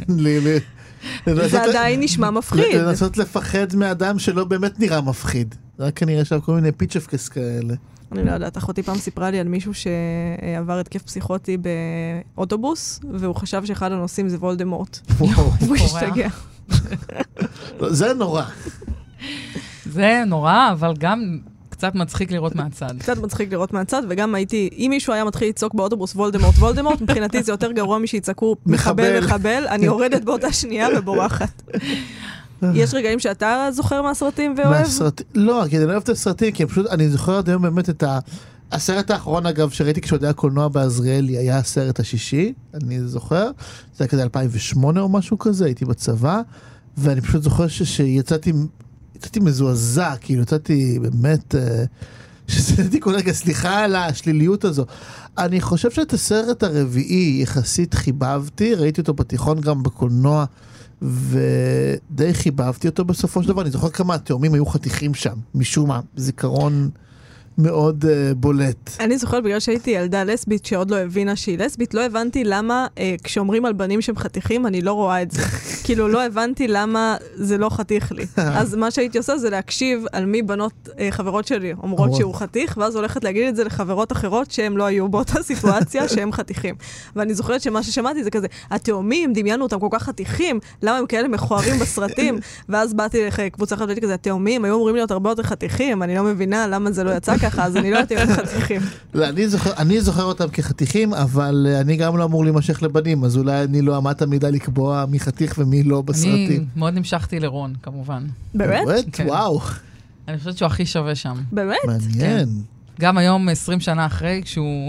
זה עדיין נשמע מפחיד. לנסות לפחד מאדם שלא באמת נראה מפחיד. רק כנראה שם כל מיני פיצ'פקס כאלה. אני לא יודעת, אחותי פעם סיפרה לי על מישהו שעבר התקף פסיכוטי באוטובוס, והוא חשב שאחד הנושאים זה וולדמורט. הוא השתגע. זה נורא. זה נורא, אבל גם... קצת מצחיק לראות מהצד. קצת מצחיק לראות מהצד, וגם הייתי, אם מישהו היה מתחיל לצעוק באוטובוס וולדמורט, מבחינתי זה יותר גרוע משיצעקו מחבל, אני יורדת באותה שנייה ובורחת. יש רגעים שאתה זוכר מהסרטים ואוהב? לא, כי אני לא אוהב את הסרטים, כי פשוט, אני זוכר עד היום באמת את הסרט האחרון, אגב, שראיתי כשעוד היה קולנוע בעזריאלי, היה הסרט השישי, אני זוכר, זה היה כזה 2008 או משהו כזה, הייתי בצבא, ואני פשוט זוכר שיצאתי מזועזע, כאילו יצאתי באמת, שצאתי כל רגע, סליחה על השליליות הזו. אני חושב שאת הסרט הרביעי יחסית חיבבתי, ראיתי אותו בתיכון גם בקולנוע, ודי חיבבתי אותו בסופו של דבר. אני זוכר כמה התאומים היו חתיכים שם, משום מה, זיכרון מאוד בולט. אני זוכרת בגלל שהייתי ילדה לסבית שעוד לא הבינה שהיא לסבית, לא הבנתי למה כשאומרים על בנים שהם חתיכים, אני לא רואה את זה. כאילו לא הבנתי למה זה לא חתיך לי. אז מה שהייתי עושה זה להקשיב על מי בנות חברות שלי אומרות שהוא חתיך, ואז הולכת להגיד את זה לחברות אחרות שהם לא היו באותה סיטואציה שהם חתיכים. ואני זוכרת שמה ששמעתי זה כזה, התאומים, דמיינו אותם כל כך חתיכים, למה הם כאלה מכוערים בסרטים? ואז באתי לקבוצה אחת והייתי כזה, התאומים היו אמורים להיות הרבה יותר חתיכים, אני לא מבינה למה זה לא יצא ככה, אז אני לא יודעת אם הם חתיכים. אני זוכר אותם כחתיכים, אבל אני גם לא אמור להימשך לבנים, אז אולי אני לא עמדת מידה לקבוע מי חתיך ומי לא בסרטים. אני מאוד נמשכתי לרון, כמובן. באמת? וואו. אני חושבת שהוא הכי שווה שם. באמת? מעניין. גם היום, 20 שנה אחרי,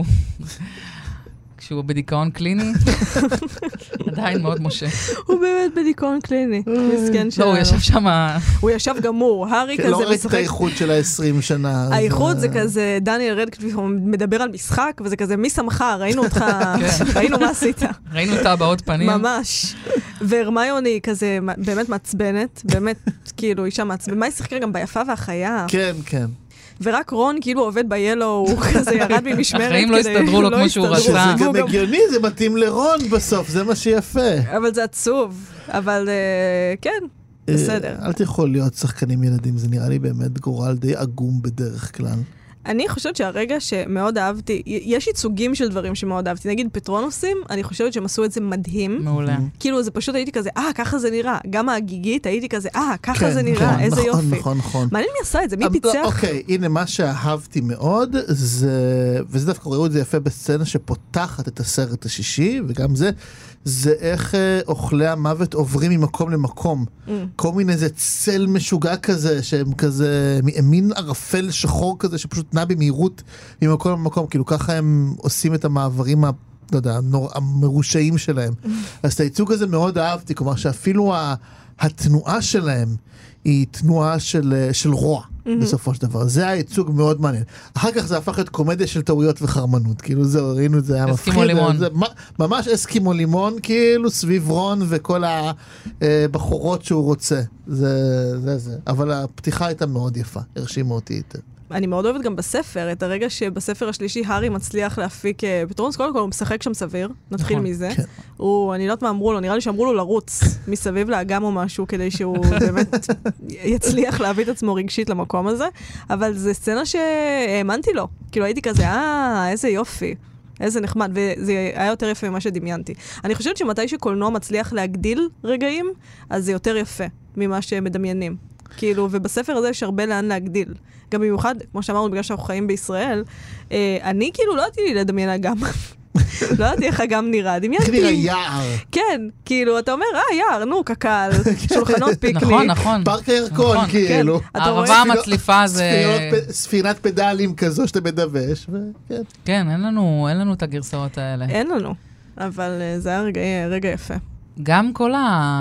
כשהוא בדיכאון קליני, עדיין מאוד משה. הוא באמת בדיכאון קליני. מסכן לא, הוא ישב שם... הוא ישב גמור. הארי כזה משחק. לא ראית את האיחוד של ה-20 שנה. האיחוד זה כזה, דניאל רדקליף, הוא מדבר על משחק, וזה כזה, מי שמך? ראינו אותך, ראינו מה עשית. ראינו אותה הבאות פנים. ממש. והרמיוני כזה, באמת מעצבנת, באמת, כאילו, אישה מעצבנת. מה היא שיחקה גם ביפה והחיה? כן, כן. ורק רון כאילו עובד ביאלו, הוא כזה ירד ממשמרת. החיים לא הסתדרו לו כמו שהוא רצה. זה גם הגיוני, זה מתאים לרון בסוף, זה מה שיפה. אבל זה עצוב. אבל כן, בסדר. אל תיכול להיות שחקנים ילדים, זה נראה לי באמת גורל די עגום בדרך כלל. אני חושבת שהרגע שמאוד אהבתי, יש ייצוגים של דברים שמאוד אהבתי. נגיד פטרונוסים, אני חושבת שהם עשו את זה מדהים. מעולה. כאילו זה פשוט הייתי כזה, ככה זה נראה. גם הגיגית הייתי כזה, ככה זה נראה, איזה יופי. נכון. מעניין מי עשה את זה, מי פיצח? אוקיי, הנה מה שאהבתי מאוד, וזה דווקא ראו את זה יפה בסצנה שפותחת את הסרט השישי, וגם זה איך אוכלי המוות עוברים ממקום למקום. כל מיני איזה צל משוגע כזה, שהם כזה, מין ערפל שחור כזה, שפשוט נע במהירות ממקום למקום, כאילו ככה הם עושים את המעברים, לא יודע, המרושעים שלהם. אז את הייצוג הזה מאוד אהבתי, כלומר שאפילו התנועה שלהם היא תנועה של רוע. בסופו של דבר. זה הייצוג מאוד מעניין. אחר כך זה הפך את קומדיה של טעויות וחרמנות. כאילו זה, ראינו את זה, היה מפחיד. אסקימו לימון. ממש אסקימו לימון, כאילו סביב רון וכל הבחורות שהוא רוצה. זה. אבל הפתיחה הייתה מאוד יפה. הרשימו אותי איתה. אני מאוד אוהבת גם בספר, את הרגע שבספר השלישי הארי מצליח להפיק פתרונוס, קודם כל הוא משחק שם סביר, נתחיל מזה. אני לא יודעת מה אמרו לו, נראה לי שאמרו לו לרוץ מסביב לאגם או משהו, כדי שהוא באמת יצליח להביא את עצמו רגשית למקום הזה, אבל זו סצנה שהאמנתי לו, כאילו הייתי כזה, איזה יופי. איזה נחמד, וזה היה יותר יפה ממה שדמיינתי. אני חושבת שמתי שקולנוע מצליח להגדיל רגעים, אז זה יותר יפה ממה שמדמיינים. כאילו, ובספר הזה יש הרבה לאן להגדיל. גם במיוחד, כמו שאמרנו, בגלל שאנחנו חיים בישראל, אני כאילו לא הייתי לדמיין אגם. לא יודעת איך אגם נראה, דמיינתי. איך נראה יער. כן, כאילו, אתה אומר, יער, נו, קקל, שולחנות פיקניק. נכון. פארק הירקון, כאילו. הערבה המצליפה זה... ספינת פדלים כזו שאתה מדווש. כן, אין לנו את הגרסאות האלה. אין לנו, אבל זה היה רגע יפה. גם כל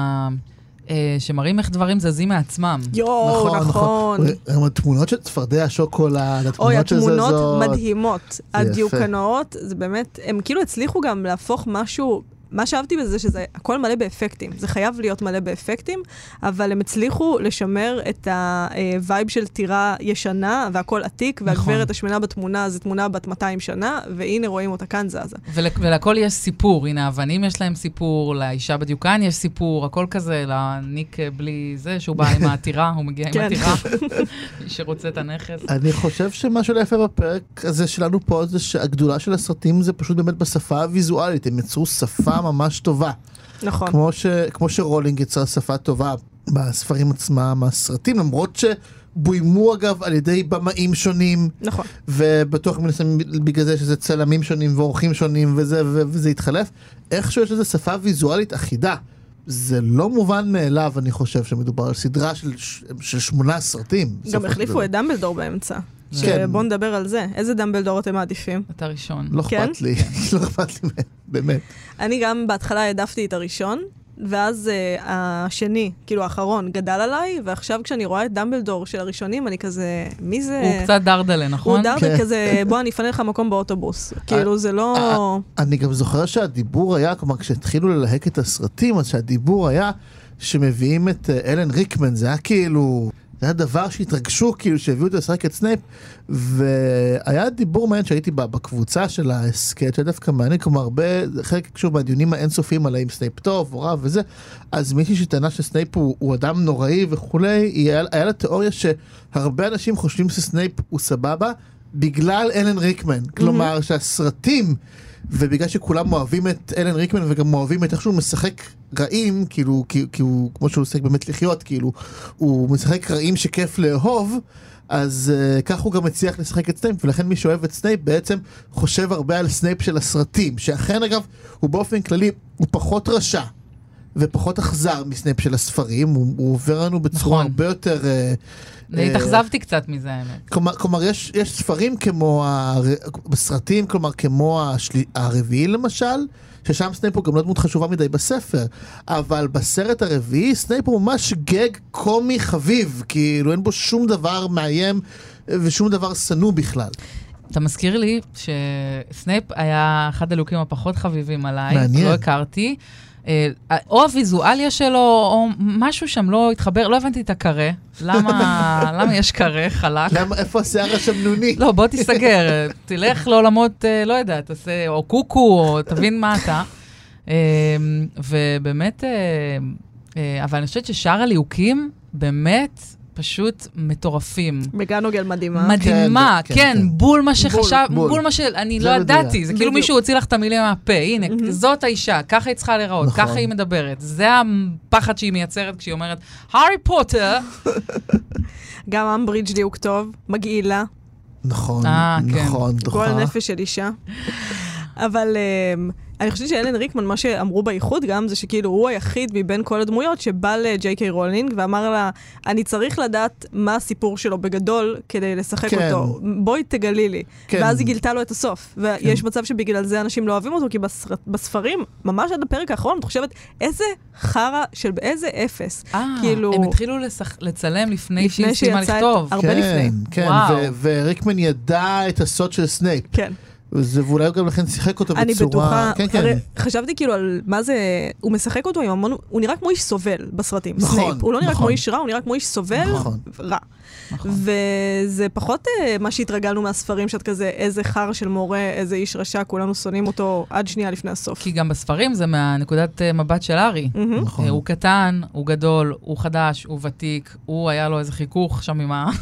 שמראים איך דברים זזים מעצמם. נכון. התמונות של צפרדע השוקולד, התמונות שזזות. התמונות מדהימות. הדיוקנאות, זה באמת, הם כאילו הצליחו גם להפוך משהו, מה שאהבתי בזה שזה הכל מלא באפקטים. זה חייב להיות מלא באפקטים, אבל הם הצליחו לשמר את הווייב של טירה ישנה, והכל עתיק, והגברת השמנה בתמונה, זו תמונה בת 200 שנה, והנה רואים אותה כאן זזה. ולכל יש סיפור. הנה, האבנים יש להם סיפור, לאישה בדיוקן יש סיפור, הכל כזה, לניק בלי זה, שהוא בא עם העתירה, הוא מגיע עם העתירה, מי שרוצה את הנכס. אני חושב שמשהו ליפה בפרק הזה שלנו פה, זה שהגדולה של הסרטים זה פשוט באמת בשפה הוויזואלית. הם יצרו שפה ממש טובה. נכון. כמו שרולינג יצרה שפה טובה בספרים עצמם, הסרטים, למרות שבוימו אגב על ידי במאים שונים. נכון. ובטוח מנסים בגלל זה שזה צלמים שונים ואורחים שונים וזה התחלף. איכשהו יש איזו שפה ויזואלית אחידה. זה לא מובן מאליו, אני חושב, שמדובר על סדרה של 8 סרטים. גם החליפו את דמבלדור באמצע. שבוא נדבר על זה. איזה דמבלדור אתם מעדיפים? את הראשון. לא אכפת לי, לא אכפת לי, באמת. אני גם בהתחלה העדפתי את הראשון, ואז השני, כאילו האחרון, גדל עליי, ועכשיו כשאני רואה את דמבלדור של הראשונים, אני כזה, מי זה? הוא קצת דרדלה, נכון? הוא דרדלה כזה, בוא אני אפנה לך מקום באוטובוס. כאילו זה לא... אני גם זוכר שהדיבור היה, כלומר כשהתחילו ללהק את הסרטים, אז שהדיבור היה שמביאים את אלן ריקמן, זה היה כאילו... זה היה דבר שהתרגשו, כאילו שהביאו אותו לשחק את סנייפ, והיה דיבור מעניין שהייתי בקבוצה של הסקט, שדווקא מעניין, כמו הרבה, חלק קשור בדיונים האינסופיים על האם סנייפ טוב או רע וזה, אז מישהי שטענה שסנייפ הוא אדם נוראי וכולי, היה לה תיאוריה שהרבה אנשים חושבים שסנייפ הוא סבבה, בגלל אלן ריקמן, כלומר שהסרטים, ובגלל שכולם אוהבים את אלן ריקמן וגם אוהבים את איך שהוא משחק רעים, כאילו, כי הוא, כמו שהוא עושה באמת לחיות, כאילו, הוא משחק רעים שכיף לאהוב, אז כך הוא גם מצליח לשחק את סנייפ, ולכן מי שאוהב את סנייפ בעצם חושב הרבה על סנייפ של הסרטים, שאכן אגב, הוא באופן כללי, הוא פחות רשע, ופחות אכזר מסנייפ של הספרים, הוא עובר לנו בצורה הרבה יותר... התאכזבתי קצת מזה, האמת. כלומר, יש ספרים כמו בסרטים, כלומר, כמו הרביעי למשל, ששם סנייפ הוא גם לא דמות חשובה מדי בספר, אבל בסרט הרביעי, סנייפ הוא ממש גג קומי חביב, כאילו אין בו שום דבר מאיים ושום דבר סנוע בכלל. אתה מזכיר לי שסנייפ היה אחד הלוקים הפחות חביבים עליי, מעניין. לא הכרתי, או הוויזואליה שלו, או משהו שם לא התחבר, לא הבנתי את הקרה. למה יש קרה חלק? איפה השיער השמנוני? לא, בוא תיסגר, תלך לעולמות, לא יודע, תעשה, או קוקו, או תבין מה אתה. ובאמת, אבל אני חושבת ששאר הליהוקים באמת פשוט מטורפים. מגנוגל מדהימה. מדהימה, כן, בול מה שחשב, בול מה שאני לא ידעתי. זה כאילו מישהו הוציא לך את המילים מהפה. הנה, זאת האישה, ככה היא צריכה להיראות, ככה היא מדברת. זה הפחד שהיא מייצרת כשהיא אומרת, הארי פוטר. גם אמברידג' דיוק טוב, מגעילה. נכון, נכון. גועל נפש של אישה. אבל אני חושבת שאלן ריקמן, מה שאמרו באיחוד גם, זה שכאילו הוא היחיד מבין כל הדמויות שבא לג'יי קיי רולינג ואמר לה, אני צריך לדעת מה הסיפור שלו בגדול כדי לשחק אותו. בואי תגלי לי. ואז היא גילתה לו את הסוף. ויש מצב שבגלל זה אנשים לא אוהבים אותו, כי בספרים, ממש עד הפרק האחרון, את חושבת, איזה חרה של איזה אפס. הם התחילו לצלם לפני שהיא סיימה לכתוב. הרבה לפני. כן, וריקמן ידע את הסוד של סנייפ. כן. ואולי גם לכן שיחק אותו בצורה... אני בטוחה, חשבתי כאילו על מה זה, הוא משחק אותו עם המון, הוא נראה כמו איש סובל בסרטים, סנייפ. הוא לא נראה כמו איש רע, הוא נראה כמו איש סובל, רע. וזה פחות מה שהתרגלנו מהספרים, שאת כזה, איזה חר של מורה, איזה איש רשע, כולנו שונאים אותו עד שנייה לפני הסוף. כי גם בספרים זה מהנקודת מבט של ארי. הוא קטן, הוא גדול, הוא חדש, הוא ותיק, הוא היה לו איזה חיכוך שם עם ה...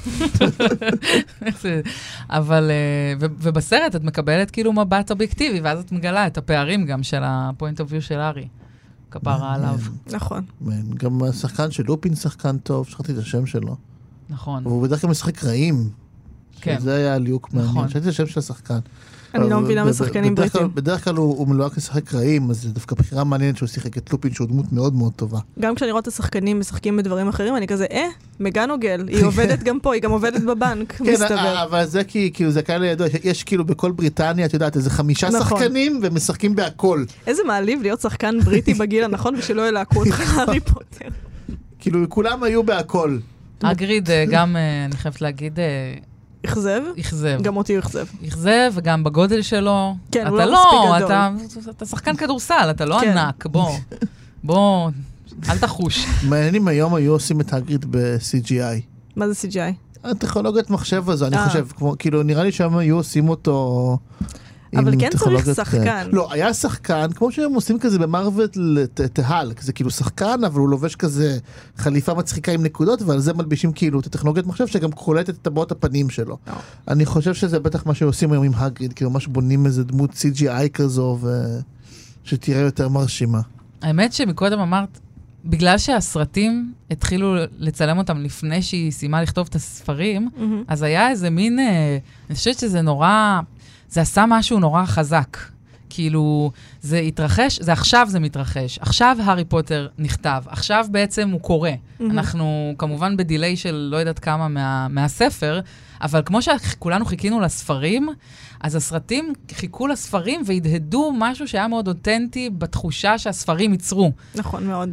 אבל, ובסרט את מקבלת כאילו מבט אובייקטיבי, ואז את מגלה את הפערים גם של ה-point of view של ארי. כפרה עליו. נכון. גם השחקן של לופין שחקן טוב, שכחתי את השם שלו. נכון. והוא בדרך כלל משחק רעים. כן. זה היה ליהוק מעניין. שכחתי את השם של השחקן. אני לא מבינה משחקנים בריטים. בדרך כלל הוא מלוהק לשחק רעים, אז זה דווקא בחירה מעניינת שהוא שיחק את לופין, שהוא דמות מאוד מאוד טובה. גם כשאני רואה את השחקנים משחקים בדברים אחרים, אני כזה, מגנוגל, היא עובדת גם פה, היא גם עובדת בבנק, מסתבר. כן, אבל זה כאילו, זה כאלה ידוע, יש כאילו בכל בריטניה, את יודעת, איזה 5 שחקנים, ומשחקים בהכל. איזה מעליב להיות שחקן בריטי בגיל הנכון, ושלא ילהקו אותך הארי פוטר. כאילו, כולם היו בהכל. אגריד, גם, אני חייבת להגיד... יחזב? יחזב. גם אותי יחזב. יחזב, וגם בגודל שלו. כן, הוא לא מספיק גדול. אתה שחקן כדורסל, אתה לא ענק. בוא, אל תחוש. מעניין אם היום היו עושים את הגריד ב-CGI. מה זה CGI? הטכנולוגיית מחשב הזו, אני חושב, כאילו, נראה לי שם היו עושים אותו... אבל כן צריך שחקן. לא, היה שחקן, כמו שהם עושים כזה במרוול תהלק, זה כאילו שחקן, אבל הוא לובש כזה חליפה מצחיקה עם נקודות, ועל זה מלבישים כאילו את הטכנולוגיית מחשב, שגם קולטת את טבעות הפנים שלו. אני חושב שזה בטח מה שעושים היום עם הגריד, כאילו ממש בונים איזה דמות CGI כזו, שתראה יותר מרשימה. האמת שמקודם אמרת, בגלל שהסרטים התחילו לצלם אותם לפני שהיא סיימה לכתוב את הספרים, אז היה איזה מין, אני חושבת שזה נורא... זה עשה משהו נורא חזק. כאילו, זה התרחש, עכשיו זה מתרחש. עכשיו הארי פוטר נכתב. עכשיו בעצם הוא קורא. אנחנו כמובן בדילי של לא יודעת כמה מהספר, אבל כמו שכולנו חיכינו לספרים, אז הסרטים חיכו לספרים והדהדו משהו שהיה מאוד אותנטי בתחושה שהספרים ייצרו. נכון מאוד.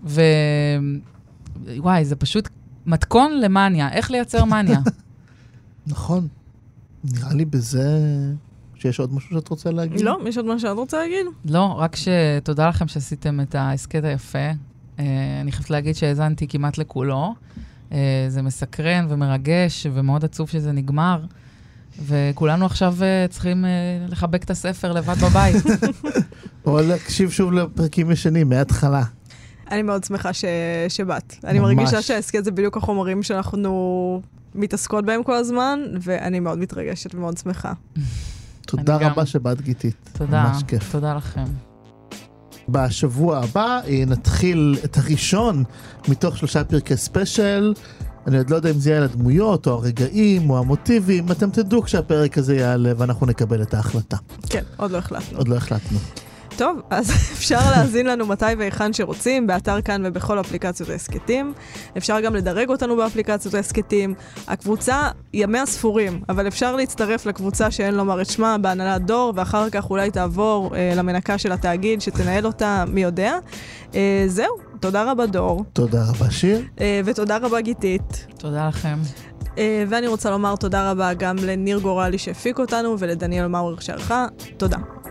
וואי, זה פשוט מתכון למניה. איך לייצר מניה? נכון. נראה לי בזה שיש עוד משהו שאת רוצה להגיד? לא, יש עוד משהו שאת רוצה להגיד? לא, רק שתודה לכם שעשיתם את ההסקט היפה. אני חייבת להגיד שהאזנתי כמעט לכולו. זה מסקרן ומרגש ומאוד עצוב שזה נגמר. וכולנו עכשיו צריכים לחבק את הספר לבד בבית. או להקשיב שוב לפרקים ישנים, מההתחלה. אני מאוד שמחה שבאת. אני מרגישה שההסקט זה בדיוק החומרים שאנחנו... מתעסקות בהם כל הזמן, ואני מאוד מתרגשת ומאוד שמחה. תודה רבה שבאת גיתית. תודה. ממש כיף. תודה לכם. בשבוע הבא נתחיל את הראשון מתוך 3 פרקי ספיישל. אני עוד לא יודע אם זה יהיה על הדמויות, או הרגעים, או המוטיבים. אתם תדעו כשהפרק הזה יעלה, ואנחנו נקבל את ההחלטה. כן, עוד לא החלטנו. עוד לא החלטנו. טוב, אז אפשר להזין לנו מתי והיכן שרוצים, באתר כאן ובכל אפליקציות ההסקטים. אפשר גם לדרג אותנו באפליקציות ההסקטים. הקבוצה ימיה ספורים, אבל אפשר להצטרף לקבוצה שאין לומר את שמה בהנהלת דור, ואחר כך אולי תעבור למנקה של התאגיד שתנהל אותה, מי יודע. זהו, תודה רבה דור. תודה רבה שיר. ותודה רבה גיתית. תודה לכם. ואני רוצה לומר תודה רבה גם לניר גורלי שהפיק אותנו, ולדניאל מאורך שערכה. תודה.